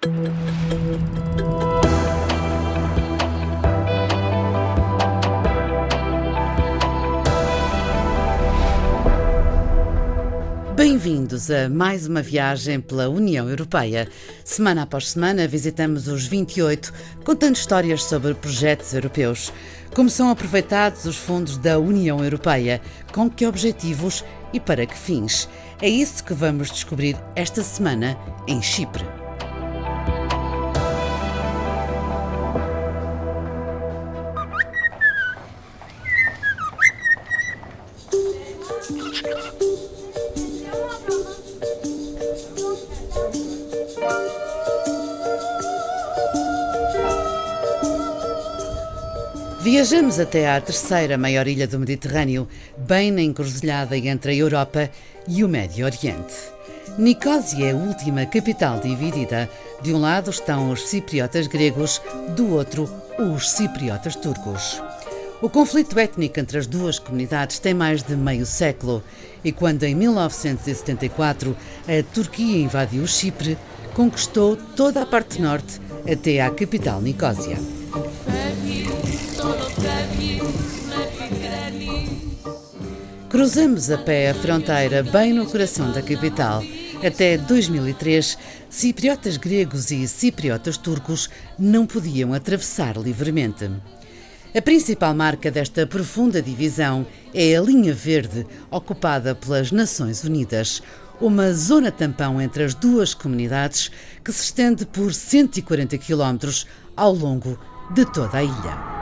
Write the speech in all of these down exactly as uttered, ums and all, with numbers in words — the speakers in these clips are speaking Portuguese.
Bem-vindos a mais uma viagem pela União Europeia. Semana após semana visitamos os vinte e oito, contando histórias sobre projetos europeus. Como são aproveitados os fundos da União Europeia, com que objetivos e para que fins? É isso que vamos descobrir esta semana em Chipre. Viajamos até à terceira maior ilha do Mediterrâneo, bem na encruzilhada entre a Europa e o Médio Oriente. Nicósia é a última capital dividida. De um lado estão os cipriotas gregos, do outro, os cipriotas turcos. O conflito étnico entre as duas comunidades tem mais de meio século e quando em mil novecentos e setenta e quatro a Turquia invadiu Chipre, conquistou toda a parte norte até à capital Nicósia. Cruzamos a pé a fronteira bem no coração da capital. Até dois mil e três, cipriotas gregos e cipriotas turcos não podiam atravessar livremente. A principal marca desta profunda divisão é a linha verde ocupada pelas Nações Unidas, uma zona tampão entre as duas comunidades que se estende por cento e quarenta quilómetros ao longo de toda a ilha.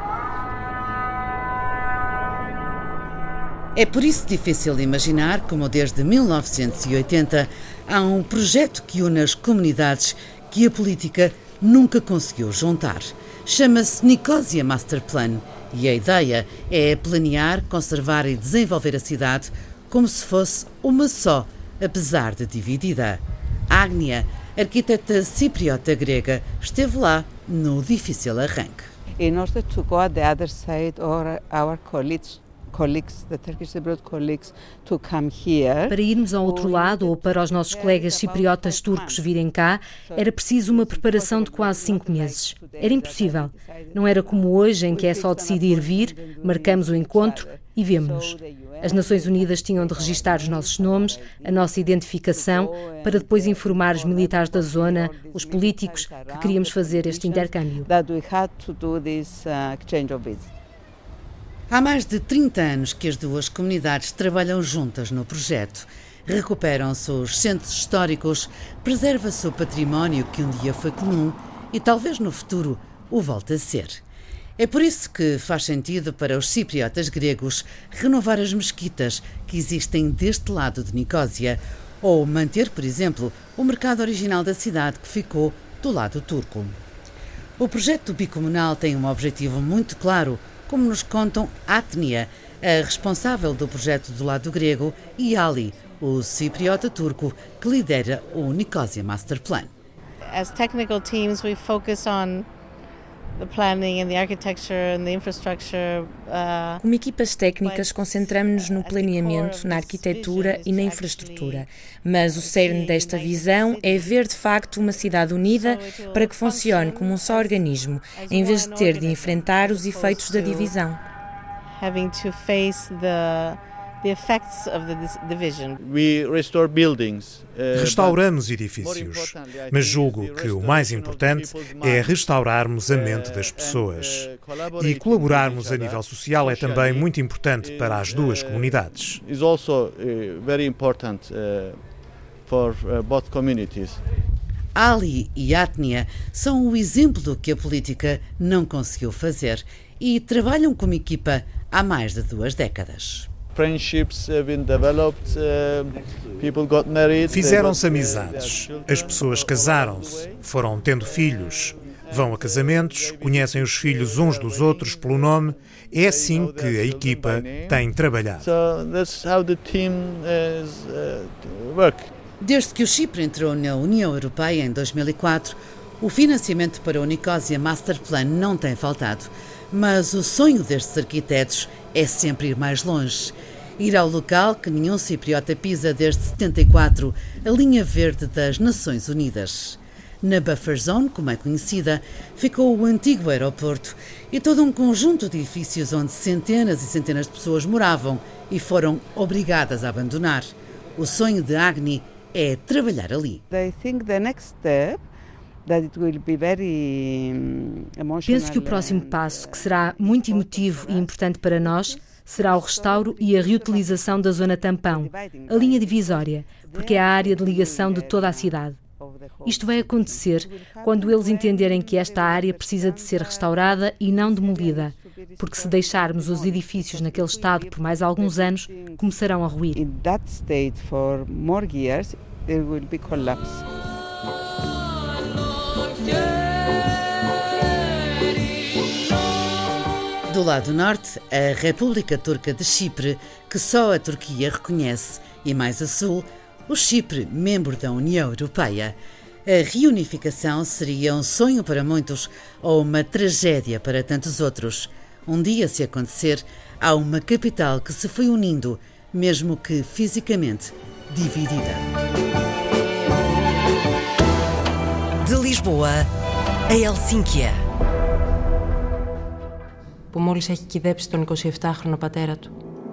É por isso difícil de imaginar como desde mil novecentos e oitenta há um projeto que une as comunidades que a política nunca conseguiu juntar. Chama-se Nicosia Master Plan e a ideia é planear, conservar e desenvolver a cidade como se fosse uma só, apesar de dividida. Agnia, arquiteta cipriota grega, esteve lá no difícil arranque. In order to go at the other side, or our colleagues colleagues, the Turkish Cypriot colleagues, to come here. Para irmos ao outro lado ou para os nossos colegas cipriotas turcos virem cá, era preciso uma preparação de quase cinco meses. Era impossível. Não era como hoje, em que é só decidir vir, marcamos o encontro e vemo-nos. As Nações Unidas tinham de registar os nossos nomes, a nossa identificação, para depois informar os militares da zona, os políticos, que queríamos fazer este intercâmbio. Há mais de trinta anos que as duas comunidades trabalham juntas no projeto. Recuperam-se os centros históricos, preserva-se o património que um dia foi comum e talvez no futuro o volte a ser. É por isso que faz sentido para os cipriotas gregos renovar as mesquitas que existem deste lado de Nicósia ou manter, por exemplo, o mercado original da cidade que ficou do lado turco. O projeto bicomunal tem um objetivo muito claro, como nos contam Atnia, a responsável do projeto do lado grego, e Ali, o cipriota turco que lidera o Nicosia Master Plan. As technical teams, we focus on the planning and the architecture and the infrastructure. Uh, Como equipas técnicas, concentramos-nos no planeamento, na arquitetura e na infraestrutura. Mas o cerne desta visão é ver de facto uma cidade unida para que funcione como um só organismo, em vez de ter de enfrentar os efeitos da divisão. Having to face the the effects of the division. We restore buildings. Restauramos edifícios, mas julgo que o mais importante é restaurarmos a mente das pessoas. E colaborarmos a nível social é também muito importante para as duas comunidades. Is also very important for both communities. Ali e Atnia são o exemplo do que a política não conseguiu fazer e trabalham como equipa há mais de duas décadas. Fizeram-se amizades, as pessoas casaram-se, foram tendo filhos, vão a casamentos, conhecem os filhos uns dos outros pelo nome. É assim que a equipa tem trabalhado. Desde que o Chipre entrou na União Europeia em dois mil e quatro, o financiamento para o Nicosia Master Plan não tem faltado. Mas o sonho destes arquitetos é sempre ir mais longe. Ir ao local que nenhum cipriota pisa desde setenta e quatro, a linha verde das Nações Unidas. Na buffer zone, como é conhecida, ficou o antigo aeroporto e todo um conjunto de edifícios onde centenas e centenas de pessoas moravam e foram obrigadas a abandonar. O sonho de Agni é trabalhar ali. I think the next step that it will be very emotional. Penso que o próximo passo, que será muito emotivo e importante para nós, será o restauro e a reutilização da zona tampão, a linha divisória, porque é a área de ligação de toda a cidade. Isto vai acontecer quando eles entenderem que esta área precisa de ser restaurada e não demolida, porque se deixarmos os edifícios naquele estado por mais alguns anos, começarão a ruir. In that state for more years, there will be collapse. Do lado norte, a República Turca de Chipre, que só a Turquia reconhece, e mais a sul, o Chipre, membro da União Europeia. A reunificação seria um sonho para muitos ou uma tragédia para tantos outros. Um dia, se acontecer, há uma capital que se foi unindo, mesmo que fisicamente dividida. De Lisboa a Helsínquia. Που μόλις έχει κυδέψει τον εικοσιεπτάχρονο πατέρα του.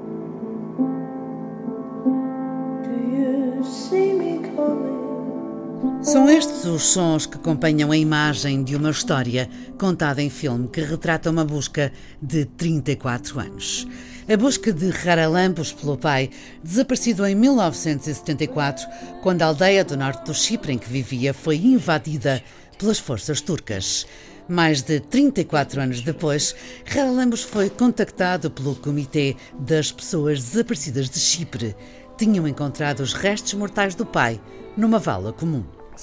São estes os sons que acompanham a imagem de uma história contada em filme que retrata uma busca de trinta e quatro anos. A busca de Haralambos pelo pai, desaparecido em mil novecentos e setenta e quatro, quando a aldeia do norte do Chipre em que vivia foi invadida pelas forças turcas. Mais de trinta e quatro anos depois, Haralambos foi contactado pelo Comitê das Pessoas Desaparecidas de Chipre. Tinham encontrado os restos mortais do pai numa vala comum.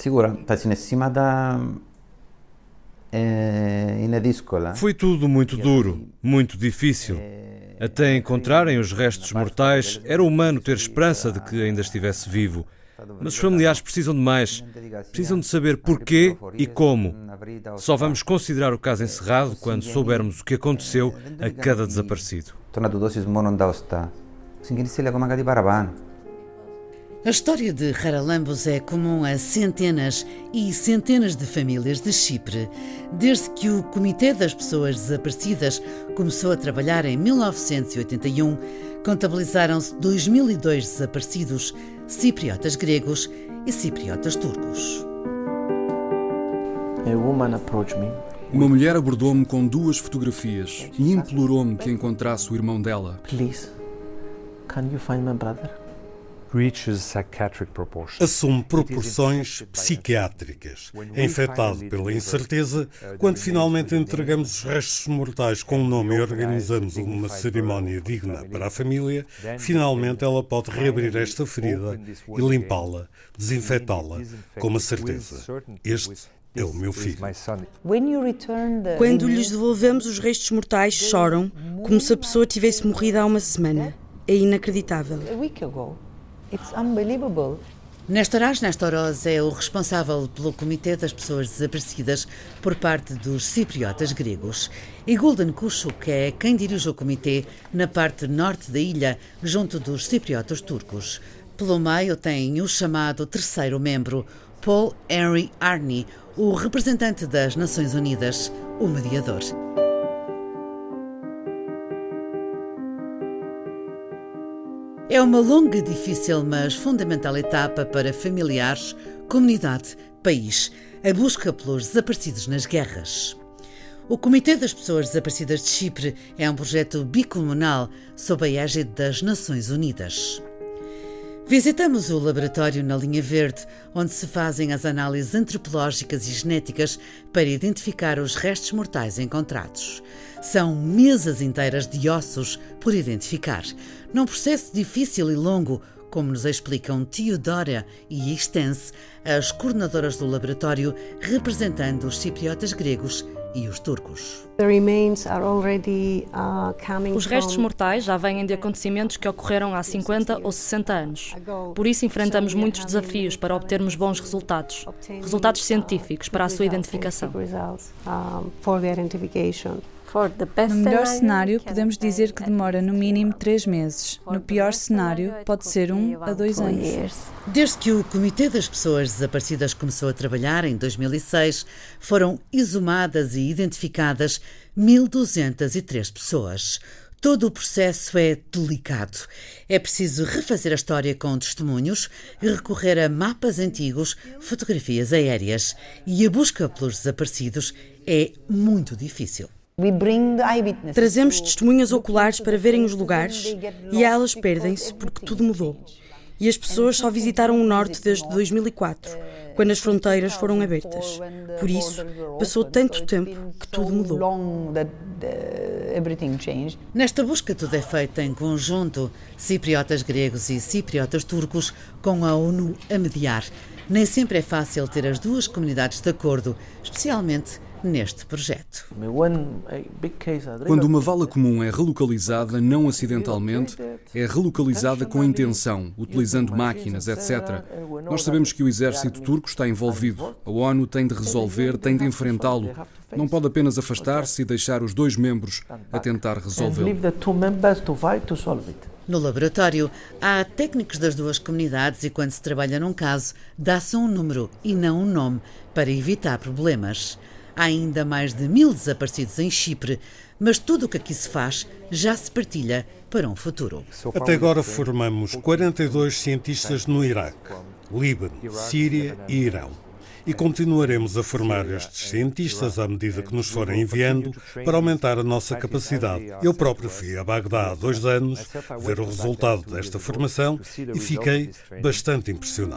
Foi tudo muito duro, muito difícil. Até encontrarem os restos mortais, era humano ter esperança de que ainda estivesse vivo. Mas os familiares precisam de mais. Precisam de saber porquê e como. Só vamos considerar o caso encerrado quando soubermos o que aconteceu a cada desaparecido. A história de Haralambos é comum a centenas e centenas de famílias de Chipre. Desde que o Comitê das Pessoas Desaparecidas começou a trabalhar em mil novecentos e oitenta e um, contabilizaram-se dois mil e dois desaparecidos, cipriotas gregos e cipriotas turcos. Uma mulher abordou-me com duas fotografias e implorou-me que encontrasse o irmão dela. Please, can you find my brother? Assume proporções psiquiátricas. É infectado pela incerteza quando finalmente entregamos os restos mortais com um nome e organizamos uma cerimónia digna para a família. Finalmente ela pode reabrir esta ferida e limpá-la, desinfetá-la com uma certeza. Este é o meu filho. Quando lhes devolvemos os restos mortais, choram como se a pessoa tivesse morrido há uma semana. É inacreditável. It's unbelievable. Nestoras Nestoros é o responsável pelo Comitê das Pessoas Desaparecidas por parte dos cipriotas gregos. E Gulden Kushuk é quem dirige o comitê na parte norte da ilha, junto dos cipriotas turcos. Pelo meio tem o chamado terceiro membro, Paul Henry Arney, o representante das Nações Unidas, o mediador. É uma longa, difícil, mas fundamental etapa para familiares, comunidade, país, a busca pelos desaparecidos nas guerras. O Comitê das Pessoas Desaparecidas de Chipre é um projeto bicomunal sob a égide das Nações Unidas. Visitamos o laboratório na Linha Verde, onde se fazem as análises antropológicas e genéticas para identificar os restos mortais encontrados. São mesas inteiras de ossos por identificar, num processo difícil e longo, como nos explicam Theodora e Extense, as coordenadoras do laboratório, representando os cipriotas gregos e os turcos. Os restos mortais já vêm de acontecimentos que ocorreram há cinquenta ou sessenta anos. Por isso enfrentamos muitos desafios para obtermos bons resultados, resultados científicos para a sua identificação. No melhor cenário, podemos dizer que demora no mínimo três meses. No pior cenário, pode ser um a dois anos. Desde que o Comitê das Pessoas Desaparecidas começou a trabalhar, em dois mil e seis, foram exumadas e identificadas mil duzentas e três pessoas. Todo o processo é delicado. É preciso refazer a história com testemunhos e recorrer a mapas antigos, fotografias aéreas. E a busca pelos desaparecidos é muito difícil. Trazemos testemunhas oculares para verem os lugares e elas perdem-se porque tudo mudou. E as pessoas só visitaram o norte desde dois mil e quatro, quando as fronteiras foram abertas. Por isso, passou tanto tempo que tudo mudou. Nesta busca tudo é feito em conjunto, cipriotas gregos e cipriotas turcos, com a ONU a mediar. Nem sempre é fácil ter as duas comunidades de acordo, especialmente neste projeto. Quando uma vala comum é relocalizada não acidentalmente, é relocalizada com intenção, utilizando máquinas, etcétera. Nós sabemos que o exército turco está envolvido. A ONU tem de resolver, tem de enfrentá-lo. Não pode apenas afastar-se e deixar os dois membros a tentar resolvê-lo. No laboratório, há técnicos das duas comunidades e quando se trabalha num caso, dá-se um número e não um nome para evitar problemas. Há ainda mais de mil desaparecidos em Chipre, mas tudo o que aqui se faz já se partilha para um futuro. Até agora formamos quarenta e dois cientistas no Iraque, Líbano, Síria e Irão. E continuaremos a formar estes cientistas à medida que nos forem enviando para aumentar a nossa capacidade. Eu próprio fui a Bagdá há dois anos ver o resultado desta formação e fiquei bastante impressionado.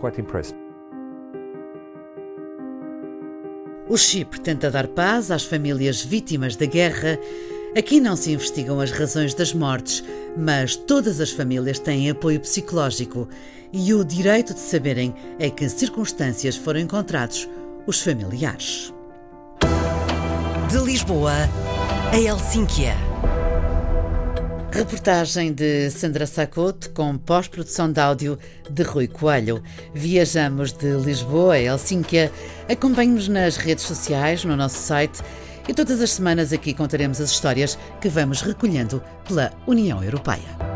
O Chipre tenta dar paz às famílias vítimas da guerra. Aqui não se investigam as razões das mortes, mas todas as famílias têm apoio psicológico e o direito de saberem em que circunstâncias foram encontrados os familiares. De Lisboa a Helsínquia. Reportagem de Sandra Sacoto com pós-produção de áudio de Rui Coelho. Viajamos de Lisboa a Helsínquia. Acompanhe-nos nas redes sociais, no nosso site e todas as semanas aqui contaremos as histórias que vamos recolhendo pela União Europeia.